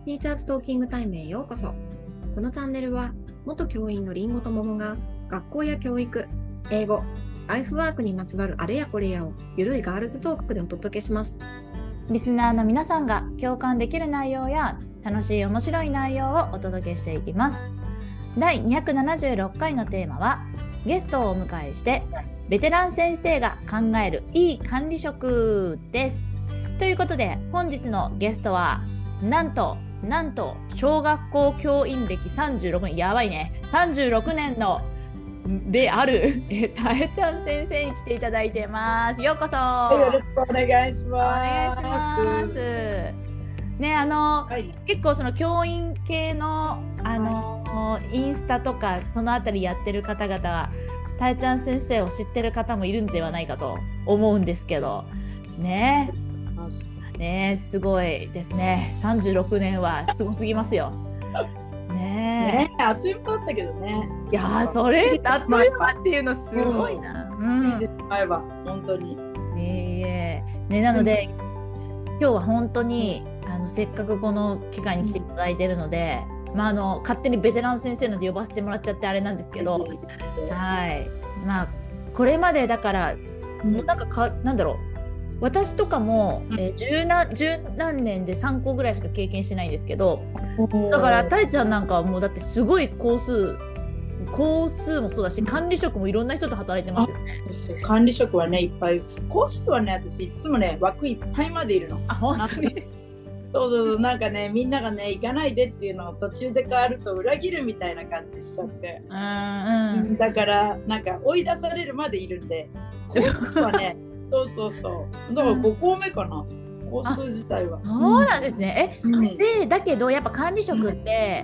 ティーチャーズトーキングタイムへようこそ。このチャンネルは元教員のりんごと桃が学校や教育、英語、ライフワークにまつわるあれやこれやをゆるいガールズトークでお届けします。 リスナーの皆さんが共感できる内容や楽しい面白い内容をお届けしていきます。第276回のテーマはゲストをお迎えしてベテラン先生が考えるいい管理職です。ということで本日のゲストはなんと小学校教員歴36年、やばいね、36年のであるたえちゃん先生に来ていただいてます。ようこそ。 よろしくお願いします。 お願いします。ね、 はい、 結構その教員系のインスタとかそのあたりやってる方々はたえちゃん先生を知ってる方もいるんではないかと思うんですけどね。ね、すごいですね。36年はすごすぎますよ。ねあっという間だったけどね。 いやそれあっという間っていうのすごいな。 いいです前は本当に。 ね、なので、今日は本当にせっかくこの機会に来ていただいているので、勝手にベテラン先生なんて呼ばせてもらっちゃってあれなんですけど、はい、これまでだから、なんだろう、私とかも、十何年で3個ぐらいしか経験してないんですけど、だからたえちゃんなんかはもうだってすごい工数もそうだし、管理職もいろんな人と働いてますよね。 管理職はねいっぱい、コースはね私いつもね枠いっぱいまでいるの。 あ、本当にそうなんかね、みんながね行かないでっていうのを途中で変わると裏切るみたいな感じしちゃって、だからなんか追い出されるまでいるんで、コースはねそうだから5校目かな、コース自体は。 そうなんですね。でだけどやっぱ管理職って、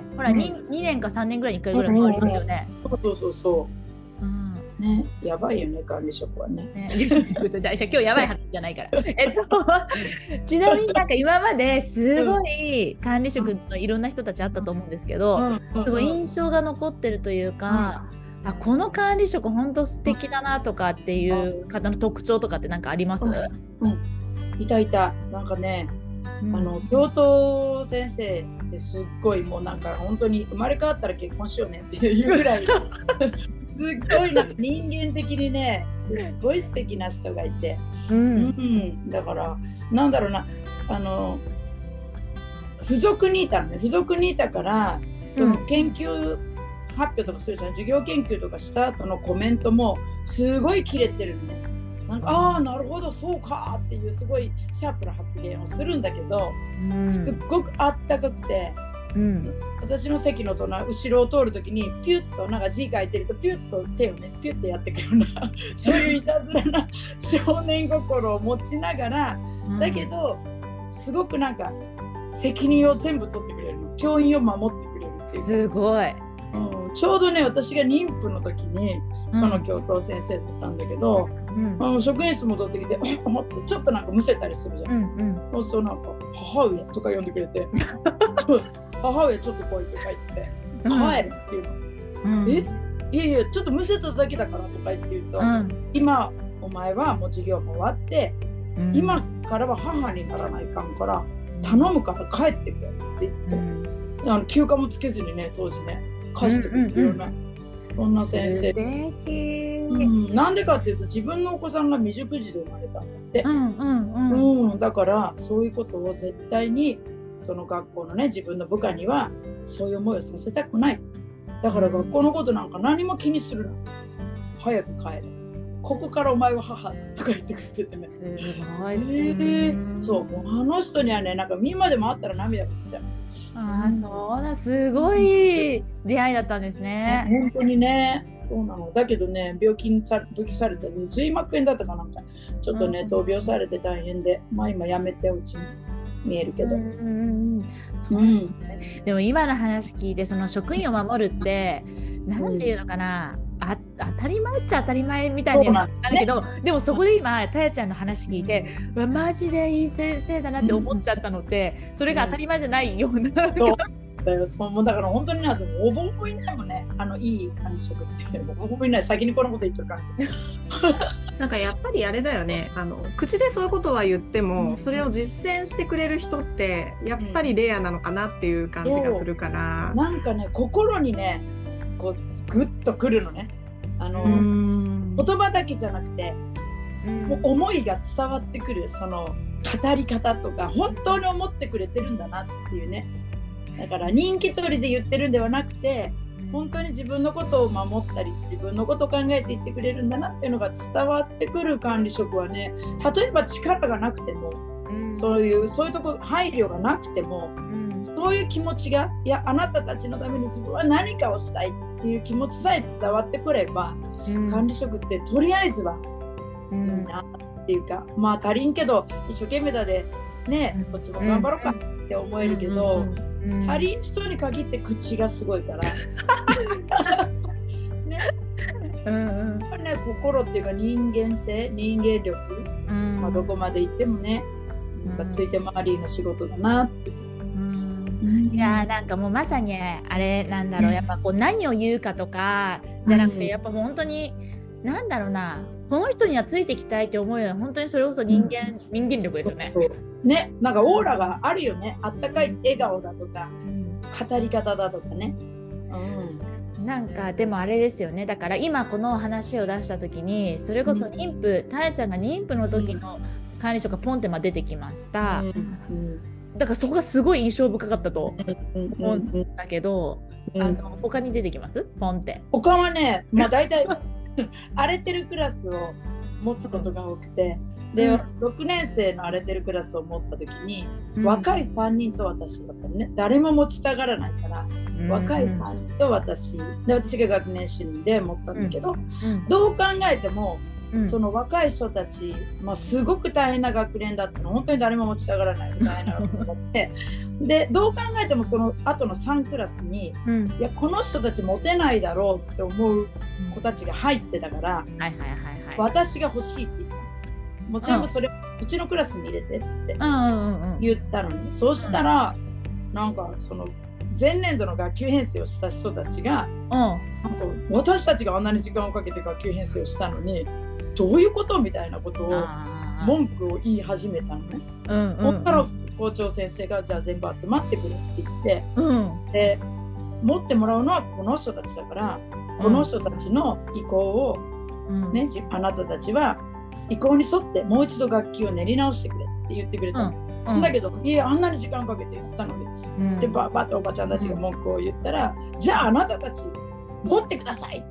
ほら 2年か3年ぐらいに1回ぐらい変わりますよね。 そうね、やばいよね管理職はね。 じゃあ今日やばい話じゃないからちなみになんか今まですごい管理職のいろんな人たちあったと思うんですけど、すごい印象が残ってるというか、この管理職本当素敵だなとかっていう方の特徴とかって何かあります？ いたなんかね、教頭先生ってすっごいもうなんか本当に生まれ変わったら結婚しようねっていうぐらいすっごいなんか人間的にねすっごい素敵な人がいて、だからなんだろうな、付属にいたのね。付属にいたからその研究発表とかするじゃん、授業研究とかした後のコメントもすごいキレてるのね。なんかなるほどそうかっていうすごいシャープな発言をするんだけど、すっごくあったかくて、私の席の後ろを通るときにピュッとなんか字書いてるとピュッと手をねピュッとやってくるようなそういういたずらな少年心を持ちながら、だけどすごくなんか責任を全部取ってくれるの、教員を守ってくれるっていうか。 すごい。 ちょうどね私が妊婦の時にその教頭先生だったんだけど、職員室戻ってきてちょっとなんかむせたりするじゃん。そうするとなんか母上とか呼んでくれて母上ちょっと来いとか言って帰るっていうの、いやちょっとむせただけだからとか言って言うと、今お前はもう授業も終わって、今からは母にならないかんから頼むから帰ってくれって言って、休暇もつけずにね当時ね貸してくれるような、そんな先生。なんでかっていうと自分のお子さんが未熟児で生まれたんだって、だからそういうことを絶対にその学校のね自分の部下にはそういう思いをさせたくない。だから学校のことなんか何も気にするな、早く帰れ、ここからお前は母とか言ってくれてね。 すごい。 そう、もうあの人にはねなんか今でもあったら涙が出ちゃう。 そうだ、すごい出会いだったんですね。 本当にね、そうなの。だけどね、病気されて、髄膜炎だったかなんかちょっとね、闘病されて大変で、今やめてうちに見えるけど。 そうですね。でも今の話聞いて、その職員を守るってなんていうのかな、当たり前っちゃ当たり前みたいななんだけど、でもそこで今たやちゃんの話聞いて、マジでいい先生だなって思っちゃったのって、それが当たり前じゃないような。 そうだから本当にな、ほぼほぼいないもんね、いい管理職ってほぼほぼいない。先にこのこと言ってるからなんかやっぱりあれだよね、口でそういうことは言っても、それを実践してくれる人ってやっぱりレアなのかなっていう感じがするから、 なんかね、心にねこうグッとくるのね。言葉だけじゃなくて、もう思いが伝わってくる、その語り方とか本当に思ってくれてるんだなっていうね。だから人気取りで言ってるんではなくて、本当に自分のことを守ったり自分のことを考えていってくれるんだなっていうのが伝わってくる管理職はね、例えば力がなくても、そういうとこ配慮がなくても、そういう気持ちが、いやあなたたちのために自分は何かをしたいっていう気持ちさえ伝わってくれば、管理職ってとりあえずはいいなっていうか、まあ足りんけど一生懸命だでね、こっちも頑張ろうかって思えるけど、足りん人に限って口がすごいからね、心っていうか人間性、人間力、まあ、どこまで行ってもね、なんかついて回りの仕事だなって。 いやなんかもうまさにあれなんだろう、やっぱこう何を言うかとかじゃなくて、やっぱ本当になんだろうな、この人にはついていきたいって思うような、本当にそれこそ人間力ですよね。 ね、なんかオーラがあるよね。あったかい笑顔だとか、語り方だとかね。 なんかでもあれですよね。だから今この話を出した時に、それこそ妊婦、たえちゃんが妊婦の時の管理職がポンって出てきました。だからそこがすごい印象深かったと思うんだけど、他に出てきます？ポンって。 他はね、まあ大体荒れてるクラスを持つことが多くて、で、6年生の荒れてるクラスを持った時に、若い3人と私だったのね。誰も持ちたがらないから、若い3人と私で、私が学年主任で持ったんだけど、どう考えてもその若い人たち、まあ、すごく大変な学年だったの。本当に誰も持ちたがらないみたいな学年だってで、どう考えてもその後の3クラスに、いやこの人たちモテないだろうって思う子たちが入ってたから、私が欲しいって言った。もう全部それ、うちのクラスに入れてって言ったのに、そうしたらなんかその前年度の学級編成をした人たちが、なんか私たちがあんなに時間をかけて学級編成をしたのにどういうことみたいなことを文句を言い始めたのね。そしたら校長先生がじゃあ全部集まってくれって言って、で持ってもらうのはこの人たちだから、この人たちの意向を、ね、あなたたちは意向に沿ってもう一度学級を練り直してくれって言ってくれたの。だけどいやあんなに時間かけて言ったのに、でバーッとおばちゃんたちが文句を言ったら、じゃああなたたち持ってください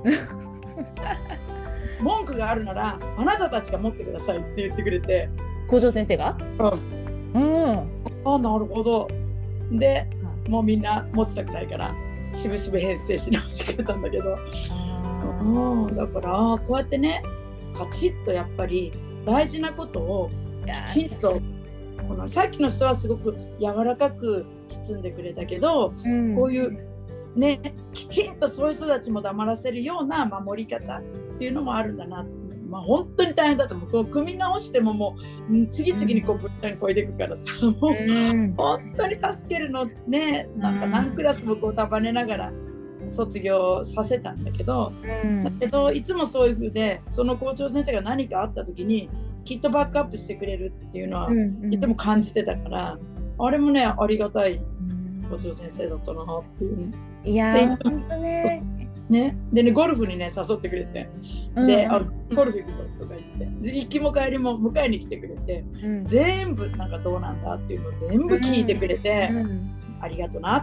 文句があるならあなたたちが持ってくださいって言ってくれて、 校長先生があ、なるほど。で、もうみんな持ちたくないからしぶしぶ編成し直してくれたんだけど、だからこうやってね、カチッとやっぱり大事なことをきちんと、このさっきの人はすごく柔らかく包んでくれたけど、こういうね、きちんとそういう人たちも黙らせるような守り方っていうのもあるんだなって。まあ本当に大変だと思う。こう組み直してももう次々にこうぶったんこいでいくからさ、もう本当に助けるのね、なんか何クラスもこう束ねながら卒業させたんだけど、だけどいつもそういう風で、その校長先生が何かあった時にきっとバックアップしてくれるっていうのはいつも感じてたから、あれもね、ありがたい校長先生だったなっていうね。 いやー本当ね。 でね、ゴルフにね誘ってくれて、で、ゴルフ行くぞとか言って、行きも帰りも迎えに来てくれて、全部なんかどうなんだっていうのを全部聞いてくれて、ありがとなって、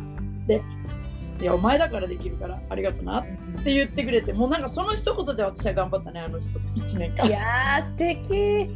いやお前だからできるからありがとなって言ってくれて、もうなんかその一言で私は頑張ったね、あの人1年間。 いやー素敵。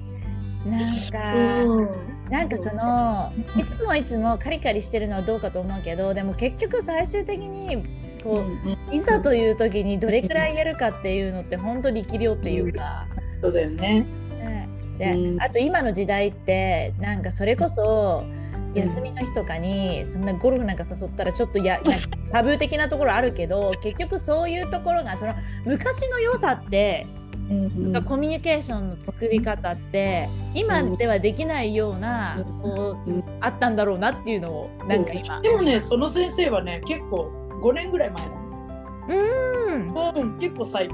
なんかそのいつもカリカリしてるのはどうかと思うけど、でも結局最終的にこう、いざという時にどれくらい言えるかっていうのって本当に力量っていうか、 そうだよね。 で、あと今の時代ってなんかそれこそ休みの日とかにそんなゴルフなんか誘ったらちょっとタブー的なところあるけど、結局そういうところがその昔の良さって、コミュニケーションの作り方って今ではできないようなこうあったんだろうなっていうのをなんか今。 でもね、その先生はね結構5年ぐらい前なの。結構最近。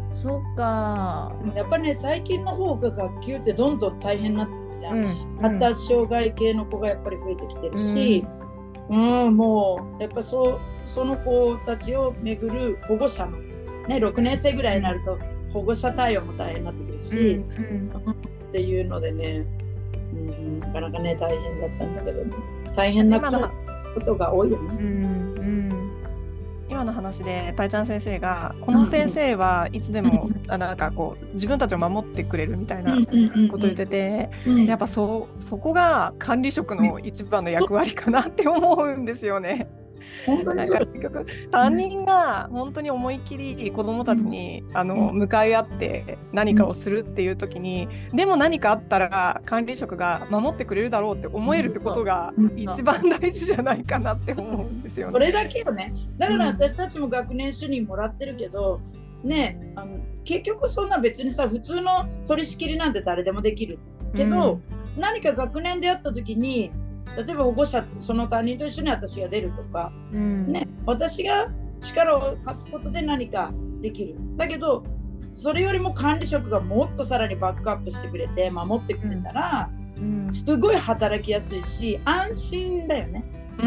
そっか。 やっぱね、最近の方が学級ってどんどん大変になってくるじゃん。発達障害系の子がやっぱり増えてきてるし、もうやっぱその子たちをめぐる保護者の、ね、6年生ぐらいになると保護者対応も大変になってくるし、っていうのでね、なかなかね大変だったんだけど、ね、大変なことが多いよね。 今の話でたいちゃん先生がこの先生はいつでもなんかこう自分たちを守ってくれるみたいなこと言ってて、やっぱそこが管理職の一番の役割かなって思うんですよね。なんか結局担任が本当に思い切り子どもたちに向かい合って何かをするっていう時に、でも何かあったら管理職が守ってくれるだろうって思えるってことが一番大事じゃないかなって思うんですよね。 それだけよね。だから私たちも学年主任もらってるけど、ね、結局そんな別にさ、普通の取り仕切りなんて誰でもできるけど、何か学年であった時に例えば保護者その担任と一緒に私が出るとか、ね、私が力を貸すことで何かできる。だけどそれよりも管理職がもっとさらにバックアップしてくれて守ってくれたら、すごい働きやすいし安心だよね。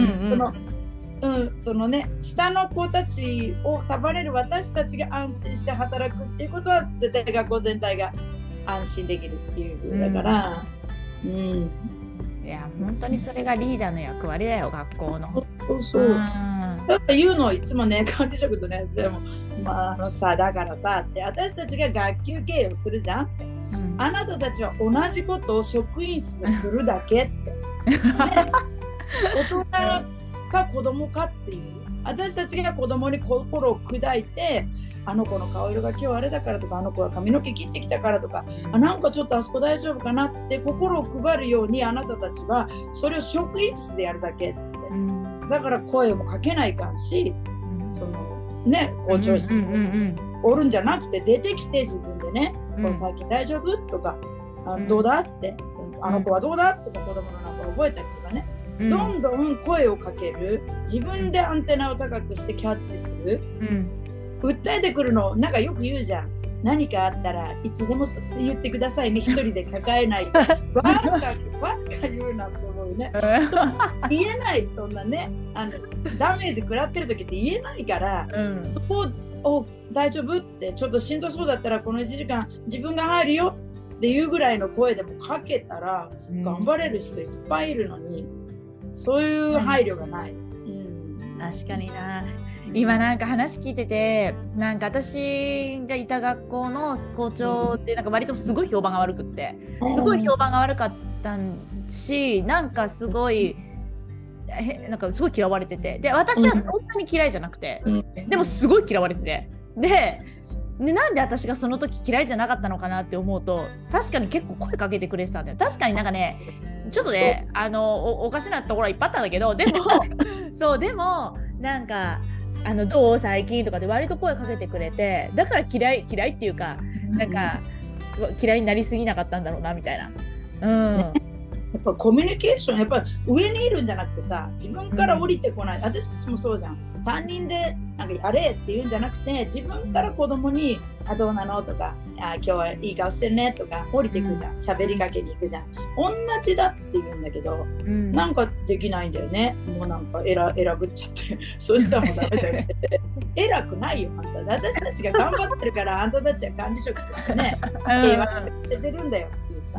そのね、下の子たちを束ねる私たちが安心して働くっていうことは絶対学校全体が安心できるっていう風だから、 いや本当にそれがリーダーの役割だよ、学校の。 そうだから言うのをいつもね、管理職とね、でもさ、だからさって私たちが学級経営をするじゃんって、あなたたちは同じことを職員室でするだけって、ね、大人か子供かっていう、私たちが子供に心を砕いて、あの子の顔色が今日あれだからとか、あの子は髪の毛切ってきたからとか、なんかちょっとあそこ大丈夫かなって心を配るようにあなたたちはそれを職員室でやるだけって、だから声もかけないかんし、そのね、校長室におるんじゃなくて出てきて自分でね、最近大丈夫とか、どうだって、あの子はどうだとか、子供の名前覚えたりとかね、どんどん声をかける、自分でアンテナを高くしてキャッチする、訴えてくるのなんかよく言うじゃん。何かあったらいつでも言ってくださいね、一人で抱えないと。わっか言うなって思うね。言えない、そんなね、ダメージ食らってる時って言えないから、そこを大丈夫ってちょっとしんどそうだったらこの1時間自分が入るよっていうぐらいの声でもかけたら頑張れる人いっぱいいるのに、そういう配慮がない。 確かにな。今なんか話聞いてて、なんか私がいた学校の校長ってなんか割とすごい評判が悪くって、すごい評判が悪かったし、なんかすごいなんかすごい嫌われてて、で私はそんなに嫌いじゃなくて、でもすごい嫌われてて、でなんで私がその時嫌いじゃなかったのかなって思うと、確かに結構声かけてくれてたんだよ。確かになんかね、ちょっとね、おかしなところはいっぱいあったんだけど、でもそう、でもなんかどう最近とかで割と声かけてくれて、だから嫌いっていうか、なんか嫌いになりすぎなかったんだろうなみたいな。 やっぱコミュニケーション、やっぱ上にいるんじゃなくてさ、自分から降りてこない。私たちもそうじゃん。担任でなんかやれって言うんじゃなくて、自分から子供にどうなのとか、今日はいい顔してるねとか降りてくじゃん。喋りかけに行くじゃん。同じだって言うんだけど、なんかできないんだよね。もうなんか選ぶっちゃってそうしたらもうダメだよね偉くないよ、あんた。私たちが頑張ってるからあんたたちは管理職としてね平和に出てるんだよっていうさ、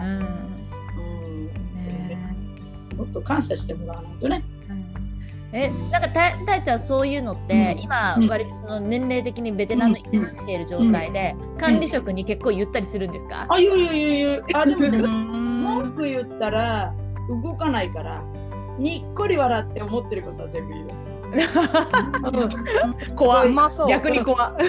もっと感謝してもらわないとね。 なんかたいちゃんそういうのって、今割とその年齢的にベテランの位置に来ている状態で、管理職に結構言ったりするんですか？ 言う。でも文句言ったら動かないから、にっこり笑って思ってることは全部言う。 怖い、逆に怖い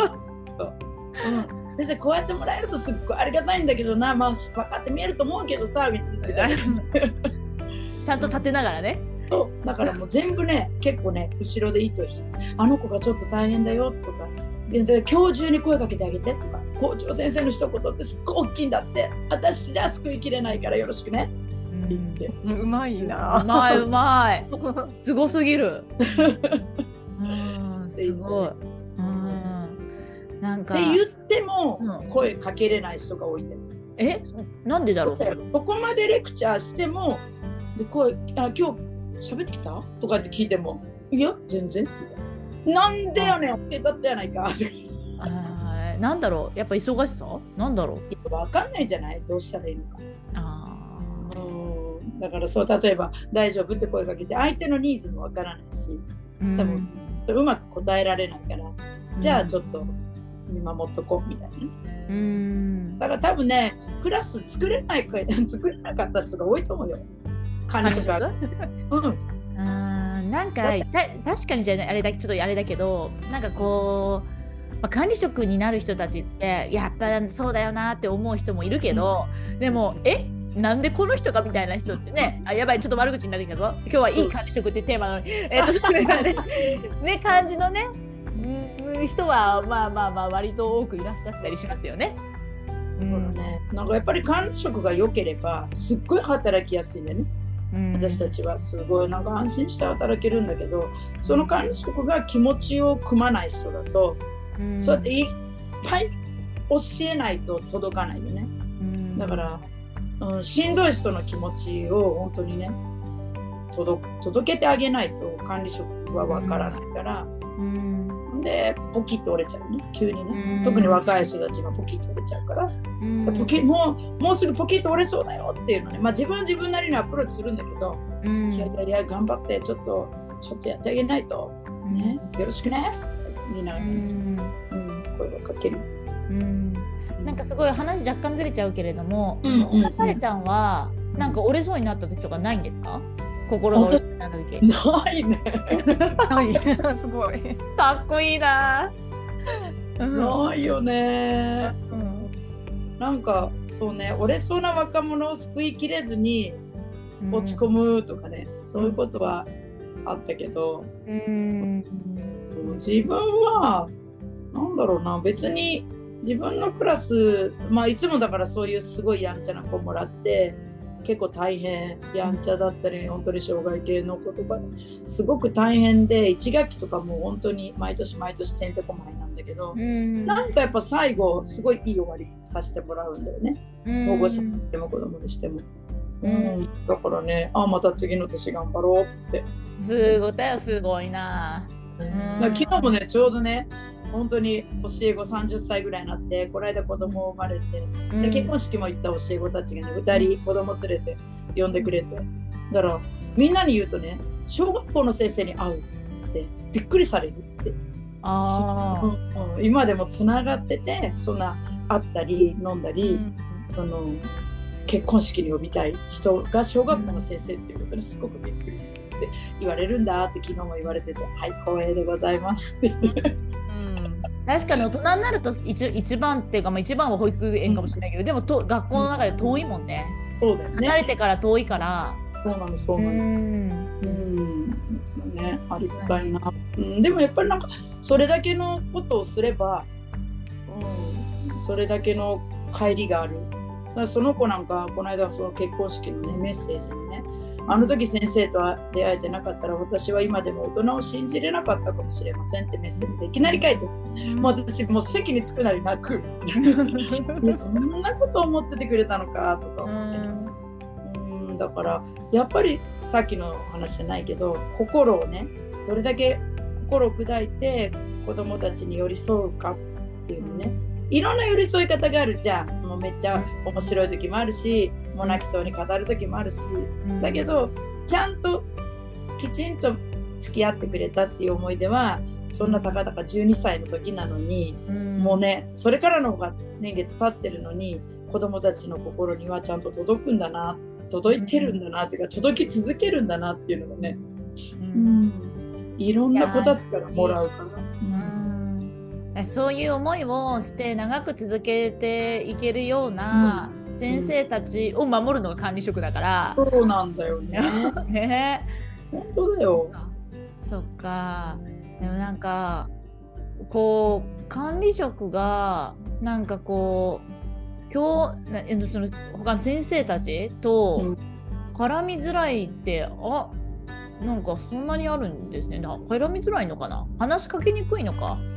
先生こうやってもらえるとすっごいありがたいんだけどな、分かって見えると思うけどさみたいなちゃんと立てながらね。 そうだからもう全部ね、結構ね、後ろで糸引いて、あの子がちょっと大変だよとか、で今日中に声かけてあげてとか、校長先生の一言ってすっごい大きいんだって、私じゃ救いきれないからよろしくねって言って。 うまいな。 うまいすごすぎるすごい。なんかって言っても声かけれない人が多いんだよ。 なんでだろう。 ここまでレクチャーしてもで今日喋ってきたとかって聞いてもいや全然みたいな。なんでやねんだったやないか。 なんだろう、やっぱ忙しさなんだろう。分かんないじゃない、どうしたらいいのか。だからそう、例えば大丈夫って声かけて相手のニーズも分からないし、多分うまく答えられないから、じゃあちょっと見守っとこうみたいなね。だから多分ね、クラス作れなかった人が多いと思うよ。管理職が。 なんか確かにじゃないあれだけど、なんかこう、管理職になる人たちってやっぱそうだよなって思う人もいるけど、でもなんでこの人がみたいな人ってね、やばいちょっと悪口になってきたぞ。今日はいい管理職ってテーマなのに、ね感じのね、人はまあ割と多くいらっしゃったりしますよね。 なんかやっぱり管理職が良ければすっごい働きやすいよね。私たちはすごいなんか安心して働けるんだけど、その管理職が気持ちを組まない人だと、そうやっていっぱい教えないと届かないよね。だから、しんどい人の気持ちを本当にね届けてあげないと管理職はわからないから、でポキッと折れちゃうね、急にね。特に若い人たちがポキッと折れちゃうから、もうすぐポキッと折れそうだよっていうのね、自分なりにアプローチするんだけど、いや頑張ってちょっとやってあげないとね、よろしくねって言いながら、声をかける。 なんかすごい話若干ずれちゃうけれども、かれちゃんはなんか折れそうになった時とかないんですか？心が折れそうになった時。 ないね。 すごい。 かっこいいな。 ないよね。なんかそうね、折れそうな若者を救いきれずに落ち込むとかね、そういうことはあったけど、自分はなんだろうな、別に自分のクラス、いつもだからそういうすごいやんちゃな子もらって結構大変、やんちゃだったり本当に障害系の子とかすごく大変で、1学期とかも本当に毎年てんてこまいなんだけど、なんかやっぱ最後すごいいい終わりさせてもらうんだよね、保護者でも子供にしても。だからね、また次の年頑張ろうって。 すごいな。 昨日もね、ちょうどね、本当に教え子30歳ぐらいになって、この間子供生まれて、で結婚式も行った教え子たちがね、2人子供連れて呼んでくれて、だからみんなに言うとね、小学校の先生に会うってびっくりされるって。今でもつながってて、そんな会ったり飲んだり、結婚式に呼びたい人が小学校の先生っていうことにすごくびっくりするって言われるんだって昨日も言われてて、はい、光栄でございますって確かに大人になると一番っていうか、一番は保育園かもしれないけど、でも学校の中で遠いもんね。 そうだよね。 離れてから遠いから。 そうなの。ね、ありがたいな。でもやっぱりなんかそれだけのことをすれば、それだけの帰りがある。だからその子なんかこの間その結婚式のねメッセージにね、あの時先生と出会えてなかったら私は今でも大人を信じれなかったかもしれませんってメッセージでいきなり書いて、もう私もう席に着くなり泣くいやそんなこと思っててくれたのかとか思ってね。だからやっぱりさっきの話じゃないけど、心をねどれだけ心を砕いて子供たちに寄り添うかっていうのね、いろんな寄り添い方があるじゃん。もうめっちゃ面白い時もあるし、もう泣きそうに語る時もあるし、だけどちゃんときちんと付き合ってくれたっていう思い出はそんなたかだか12歳の時なのに、もうねそれからの方が年月経ってるのに子供たちの心にはちゃんと届くんだな、届いてるんだなっていうか届き続けるんだなっていうのがね、いろんな子たちからもらうから、 そういう思いをして長く続けていけるような先生たちを守るのが管理職だから、 そうなんだよね。本当だよ。 そっか。でもなんかこう管理職がなんかこうその他の先生たちと絡みづらいってなんかそんなにあるんですね。絡みづらいのかな、話しかけにくいのか。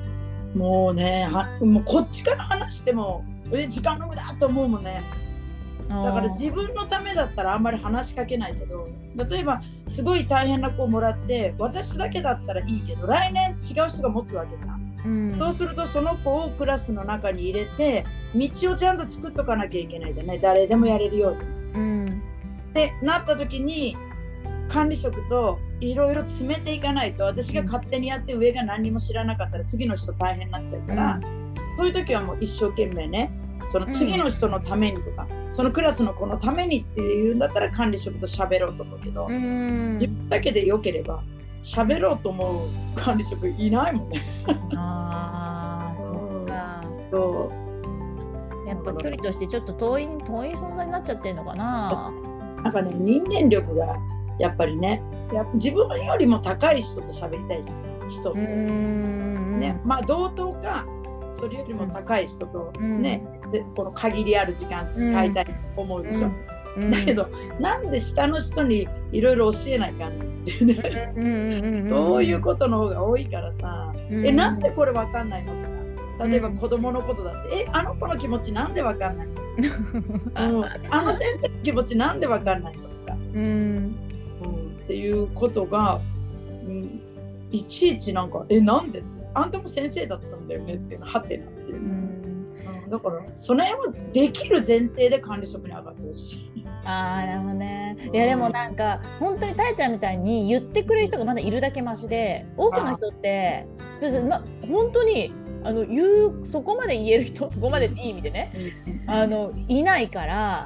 もうね、もうこっちから話しても時間の無駄と思うもんね。だから自分のためだったらあんまり話しかけないけど、例えばすごい大変な子をもらって私だけだったらいいけど来年違う人が持つわけじゃん、そうするとその子をクラスの中に入れて道をちゃんと作っとかなきゃいけないじゃない、誰でもやれるように、ってなった時に管理職といろいろ詰めていかないと、私が勝手にやって上が何にも知らなかったら次の人大変になっちゃうから、そういう時はもう一生懸命ね、その次の人のためにとか、そのクラスの子のためにっていうんだったら管理職と喋ろうと思うけど、自分だけでよければ喋ろうと思う管理職いないもんね。 ああ、そうか。やっぱ距離としてちょっと遠い存在になっちゃってるのかな。 なんかね、人間力がやっぱりね、自分よりも高い人と喋りたいじゃん、人ね、まあ同等かそれよりも高い人とね、でこの限りある時間使いたいと思うでしょ、だけどなんで下の人にいろいろ教えないかんねんっていうね、そういうことの方が多いからさ、なんでこれわかんないのとか、例えば子供のことだって、あの子の気持ちなんでわかんないのあの先生の気持ちなんでわかんないのとか、っていうことが、いちいちなんかなんであんたも先生だったんだよねっていうのはてなっていう、だからその辺はできる前提で管理職に上がってほしい。 ああ、なるほどね。いやでもなんか本当にたえちゃんみたいに言ってくれる人がまだいるだけマシで、多くの人って本当にそこまで言える人、そこまでいい意味でね、いないから、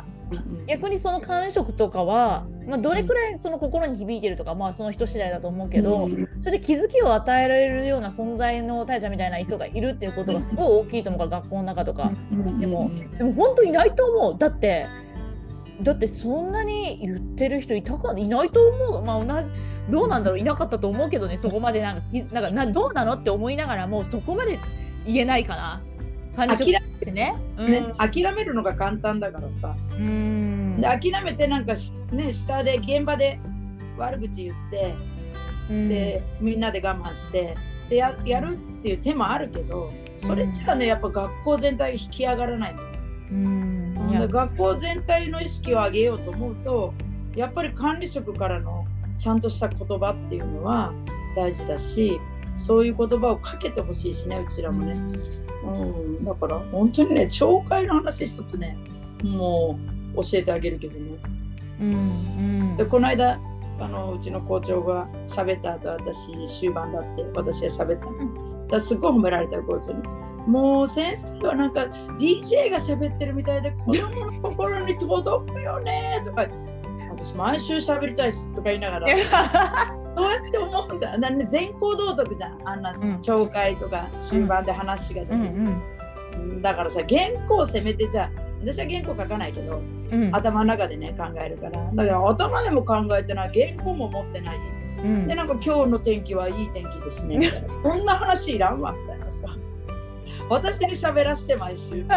逆にその管理職とかは、どれくらいその心に響いてるとか、その人次第だと思うけど、それで気づきを与えられるような存在のたえちゃんみたいな人がいるっていうことがすごい大きいと思うから、学校の中とかでも本当いないと思う。だってそんなに言ってる人いないと思う。どうなんだろう、いなかったと思うけどね、そこまでなんかどうなのって思いながらもそこまで言えないかな。 諦めるのが簡単だからさ、で諦めてなんかね、下で現場で悪口言って、でみんなで我慢してで やるっていう手もあるけど、それじゃあね、やっぱ学校全体が引き上がらないの。学校全体の意識を上げようと思うと、やっぱり管理職からのちゃんとした言葉っていうのは大事だし、そういう言葉をかけてほしいしね、うちらもね。だから本当にね、懲戒の話一つね、もう教えてあげるけどね。でこの間うちの校長が喋った後、私終盤だって私が喋ったの。だからすっごい褒められた校長に。もう先生はなんか DJ が喋ってるみたいで子供の心に届くよねとか、私毎週喋りたいっすとか言いながらそうやって思うんだ。なんで全校道徳じゃん、あんな懲戒とか終盤で話が出る、だからさ、原稿をせめて、じゃあ私は原稿書かないけど、頭の中でね考えるから、だから頭でも考えてない、原稿も持ってない、でなんか今日の天気はいい天気ですねみたいな、そんな話いらんわみたいなさ、私に喋らせて毎週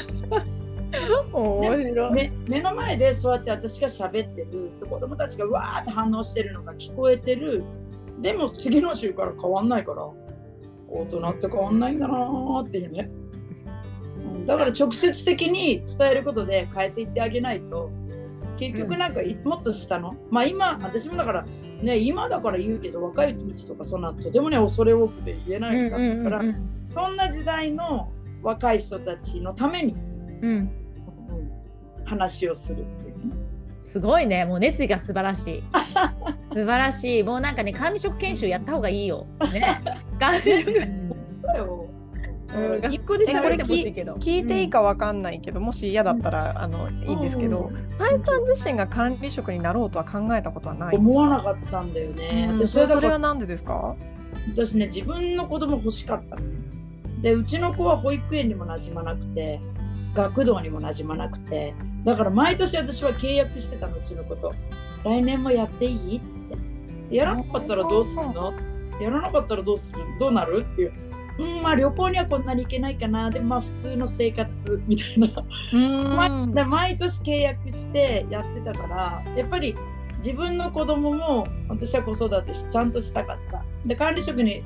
目の前でそうやって私が喋ってる、子供たちがわーって反応してるのが聞こえてる。でも次の週から変わんないから、大人って変わんないんだなーっていうね。だから直接的に伝えることで変えていってあげないと、結局なんかもっと下の、今私もだからね、今だから言うけど、若いうちとかそんなとてもね恐れ多くて言えないかったから、そんな時代の若い人たちのために、話をするっていう、 すごいね、もう熱意が素晴らしい素晴らしい。もうなんかね、管理職研修やった方がいいよ、ね、管理職学校で喋ってほしいけど、聞いていいかわかんないけど、もし嫌だったらいいんですけど、たえちゃん自身が管理職になろうとは考えたことはないんですか？ 思わなかったんだよね。 それはなんでですか？ 私ね、自分の子供欲しかったのね。でうちの子は保育園にもなじまなくて、学童にもなじまなくて、だから毎年私は契約してたの、うちの子と。来年もやっていいって。やらなかったらどうするの？やらなかったらどうする？どうなる？っていう。旅行にはこんなに行けないかな。でも普通の生活みたいな。毎年契約してやってたから、やっぱり自分の子供も私は子育てちゃんとしたかった。で管理職に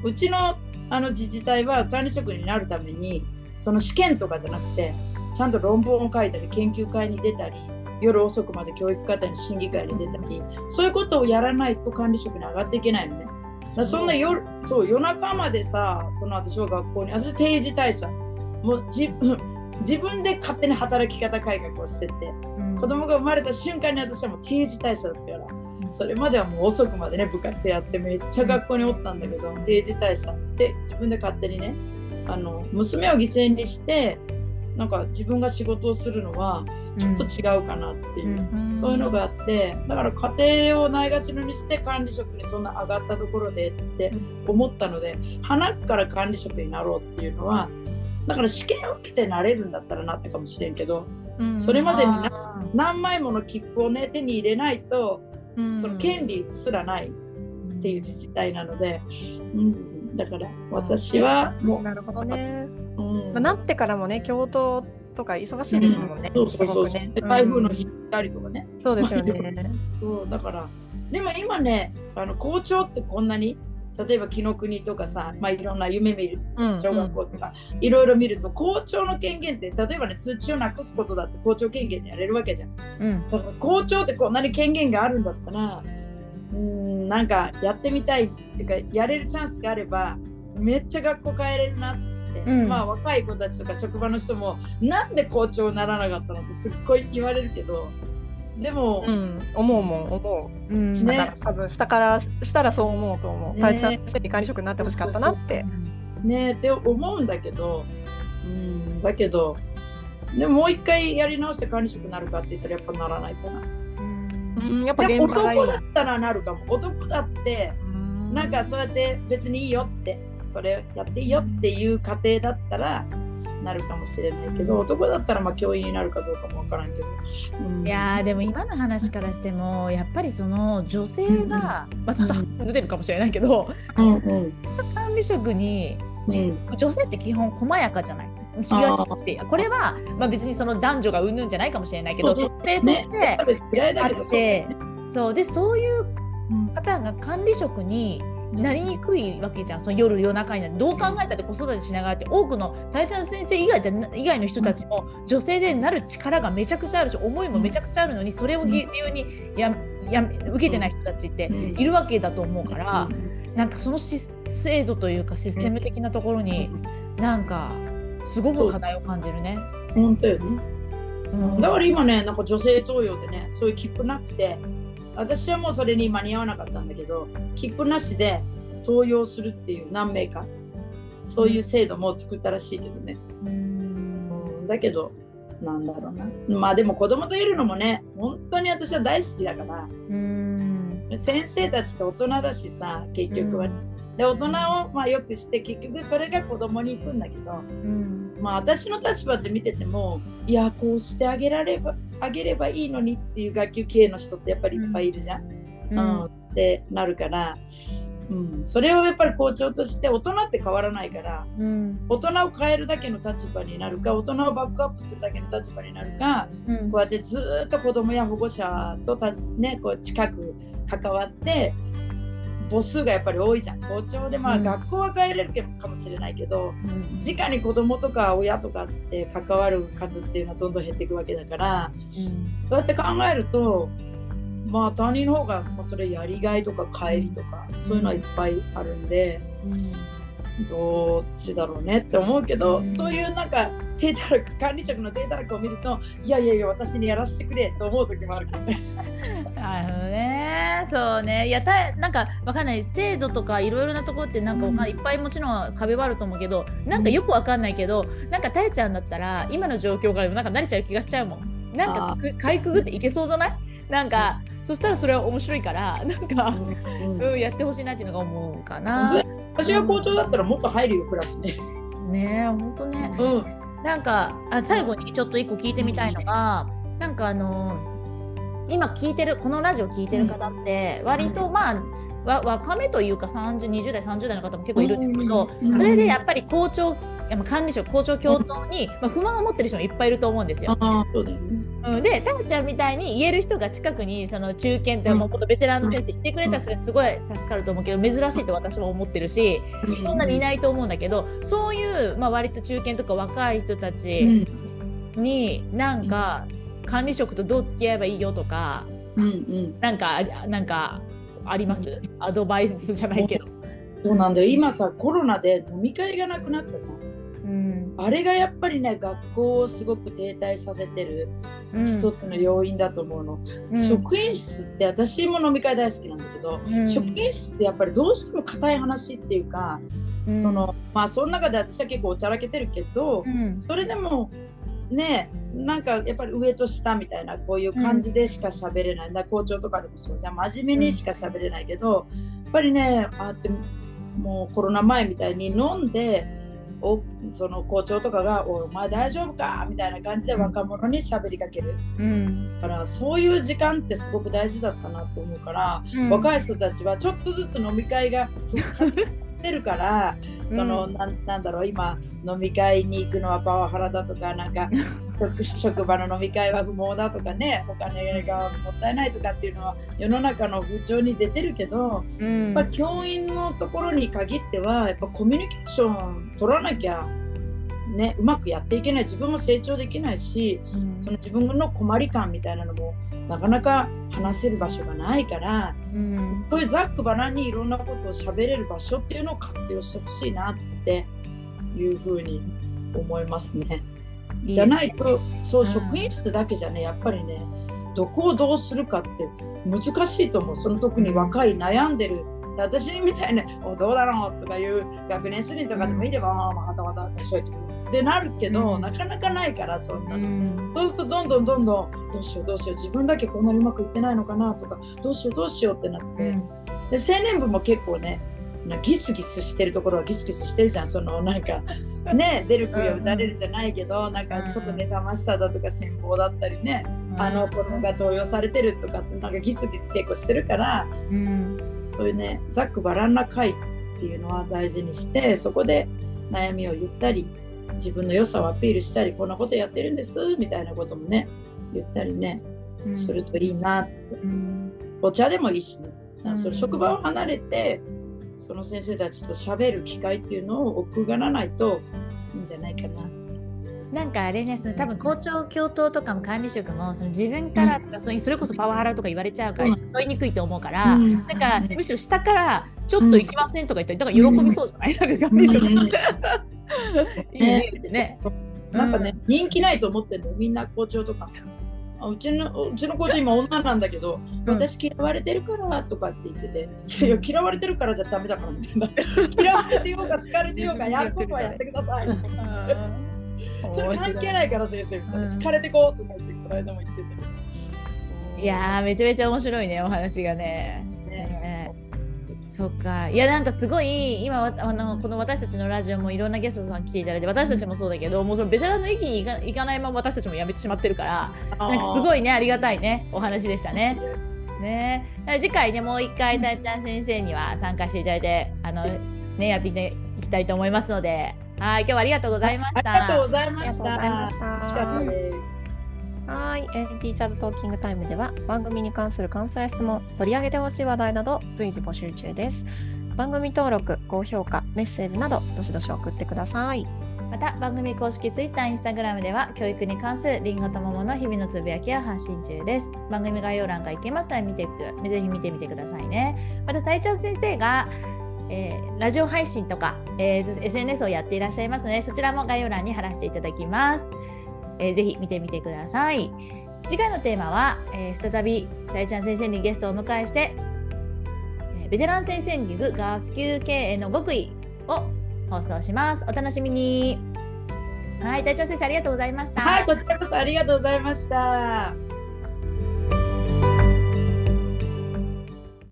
うちの自治体は管理職になるためにその試験とかじゃなくてちゃんと論文を書いたり研究会に出たり夜遅くまで教育課程の審議会に出たりそういうことをやらないと管理職に上がっていけないのね。だからそんな夜中までさ私は学校に私定時退社もう自分で勝手に働き方改革をしてて、子供が生まれた瞬間に私はもう定時退社だったからそれまではもう遅くまでね部活やってめっちゃ学校におったんだけど、定時退社って自分で勝手にね娘を犠牲にしてなんか自分が仕事をするのはちょっと違うかなっていう、そういうのがあってだから家庭をないがしろにして管理職にそんな上がったところでって思ったので花から管理職になろうっていうのはだから試験を受けてなれるんだったらなったかもしれんけど、それまでに何枚もの切符をね手に入れないと、その権利すらないっていう自治体なので、だから私はもうなるほどね。なってからもね教頭とか忙しいですもんね。 そうね。台風の日ったりとかね。 そうですよね。 そうだからでも今ね校長ってこんなに例えば紀ノ国とかさ、いろんな夢見る小学校とか、いろいろ見ると校長の権限って例えばね通知をなくすことだって校長権限でやれるわけじゃん。だから校長ってこんなに権限があるんだったらなんかやってみたいっていうかやれるチャンスがあればめっちゃ学校変えれるなって、若い子たちとか職場の人もなんで校長にならなかったのってすっごい言われるけどでも、 思う、多分下からしたらそう思うと思う。太一さん先生に管理職になってほしかったなってって思うんだけど、だけどでももう一回やり直して管理職になるかって言ったらやっぱならないかな。 やっぱ現場がいい。 男だったらなるかも。男だってなんかそうやって別にいいよってそれやっていいよっていう家庭だったらなるかもしれないけど男だったら教員になるかどうかもわからんけど、 いやでも今の話からしてもやっぱりその女性が、ちょっと外れるかもしれないけど、管理職に、女性って基本細やかじゃない気が利いてこれは、別にその男女がうんぬんじゃないかもしれないけど女性としてあってそういう方が管理職になりにくいわけじゃん。その夜中になってどう考えたって子育てしながらって多くの太ちゃん先生以外の人たちも女性でなる力がめちゃくちゃあるし思いもめちゃくちゃあるのにそれを理由に受けてない人たちっているわけだと思うからなんかその制度というかシステム的なところになんかすごく課題を感じるね。 本当よね、だから今ねなんか女性登用でねそういう切符なくて私はもうそれに間に合わなかったんだけど切符なしで登用するっていう何名かそういう制度も作ったらしいけどね、だけどなんだろうなでも子供といるのもね本当に私は大好きだから先生たちって大人だしさ結局は、で大人をよくして結局それが子供に行くんだけど、私の立場で見ててもいやこうしてあげればいいのにっていう学級経営の人ってやっぱりいっぱいいるじゃん、ってなるから、それをやっぱり校長として大人って変わらないから、大人を変えるだけの立場になるか大人をバックアップするだけの立場になるか、こうやってずっと子供や保護者とこう近く関わって母数がやっぱり多いじゃん。校長で学校は変えれるかもしれないけど、直に子供とか親とかって関わる数っていうのはどんどん減っていくわけだから、そうやって考えると担任の方がそれやりがいとか帰りとかそういうのはいっぱいあるんで、どっちだろうねって思うけど、そういうなんか低たらく管理職の低たらくを見るといや私にやらせてくれと思う時もあるけどね。 なるほどね。そうね。いやなんかわかんない制度とかいろいろなところってなんかいっぱいもちろん壁はあると思うけどなんかよくわかんないけどなんかたえちゃんだったら今の状況からなんか慣れちゃう気がしちゃうもん。なんかかいくぐっていけそうじゃない？なんかそしたらそれは面白いからなんか、やってほしいなっていうのが思うかな。 私は校長だったらもっと入るよクラスに。 ねえ本当ね。なんか最後にちょっと一個聞いてみたいのが、なんか今聞いてるこのラジオ聞いてる方って割と若めというか20代30代の方も結構いるんですけど、それでやっぱり管理職校長教頭に、不満を持ってる人もいっぱいいると思うんですよ。 そうだよね。 でたーちゃんみたいに言える人が近くにその中堅ってもうベテランの先生いてくれたらそれすごい助かると思うけど、珍しいと私は思ってるし、そんなにいないと思うんだけど、そういう、割と中堅とか若い人たちになんか管理職とどう付き合えばいいよとか、なんかあります？アドバイスじゃないけど。 そうなんだよ。今さ、コロナで飲み会がなくなったじゃん。あれがやっぱりね、学校をすごく停滞させてる一つの要因だと思うの。職員室って私も飲み会大好きなんだけど、職員室ってやっぱりどうしても硬い話っていうか、その中で私は結構おちゃらけてるけど、それでもね、なんかやっぱり上と下みたいなこういう感じでしか喋れない。校長とかでもそうじゃん、真面目にしか喋れないけど、やっぱりね、もうコロナ前みたいに飲んでその校長とかが「お前大丈夫か?」みたいな感じで若者に喋りかける、だからそういう時間ってすごく大事だったなと思うから、若い人たちはちょっとずつ飲み会が復活してるからそのなんだろう、今飲み会に行くのはパワハラだとか、なんか職場の飲み会は不毛だとかね、お金がもったいないとかっていうのは世の中の風潮に出てるけど、やっぱ教員のところに限ってはやっぱコミュニケーション取らなきゃね、うまくやっていけない。自分も成長できないし、その自分の困り感みたいなのもなかなか話せる場所がないから、そういうざっくばらんにいろんなことを喋れる場所っていうのを活用してほしいなっていうふうに思いますね。じゃないと、そう職員室だけじゃね、やっぱりね、どこをどうするかって難しいと思う。その特に若い悩んでる、私みたいな「どうだろう?」とかいう学年主任とかでもいれば「またまたそういうとこってなるけど、なかなかないから、そんなの、そうするとどんどんどうしよう自分だけこんなにうまくいってないのかなとか、どうしようってなって、で青年部も結構ね、ギスギスしてるところはギスギスしてるじゃん。そのなんかね、出る杭を打たれるじゃないけど、なんかちょっと妬ましさだとか戦法だったりね、子供が登用されてるとかってなんかギスギス結構してるから、そういうね、ざっくばらんな会っていうのは大事にして、そこで悩みを言ったり、自分の良さをアピールしたり、こんなことやってるんですみたいなこともね、言ったりね、するといいなって。お茶でもいいしね、それ職場を離れてその先生たちと喋る機会っていうのを億劫がらないといいんじゃないかな。 なんかあれね、多分校長教頭とかも管理職もその自分からそれこそパワハラとか言われちゃうから誘いにくいと思うから、なんかむしろ下からちょっと行きませんとか言ったら、だから喜びそうじゃない？なんか管理職っていいですね。 なんかね、人気ないと思ってるのみんな校長とか。うちの校長今女なんだけど、私嫌われてるからとかって言ってて、いや嫌われてるからじゃダメだからみたいな。嫌われてようが好かれてようがやることはやってください。それ関係ないから先生みたいな、好かれてこうとか言ってこの間も言ってて。 いやー、めちゃめちゃ面白いね、お話がね。そっか。いや、なんかすごい今この私たちのラジオもいろんなゲストさん来ていただいて、私たちもそうだけど、もうそのベテランの域に行かないまま私たちも辞めてしまってるから、なんかすごいね、ありがたいねお話でしたね。次回ね、もう一回たいちゃん先生には参加していただいてね、やっていきたいと思いますので、今日はありがとうございました。 ありがとうございました。 楽しかったです。はい、ティーチャーズトーキングタイムでは番組に関する感想や質問、取り上げてほしい話題など随時募集中です。番組登録、高評価、メッセージなどどしどし送ってください。 また番組公式 Twitter、Instagram では教育に関するりんごと桃の日々のつぶやきを発信中です。番組概要欄がいけますのでぜひ見てみてくださいね。またたいちゃん先生がラジオ配信とか、SNS をやっていらっしゃいますので、そちらも概要欄に貼らせていただきます。ぜひ見てみてください。次回のテーマは、再びたいちゃん先生にゲストをお迎えして、ベテラン先生に聞く学級経営の極意を放送します。お楽しみに。はい、たいちゃん先生ありがとうございました。 はい、こちらこそありがとうございました。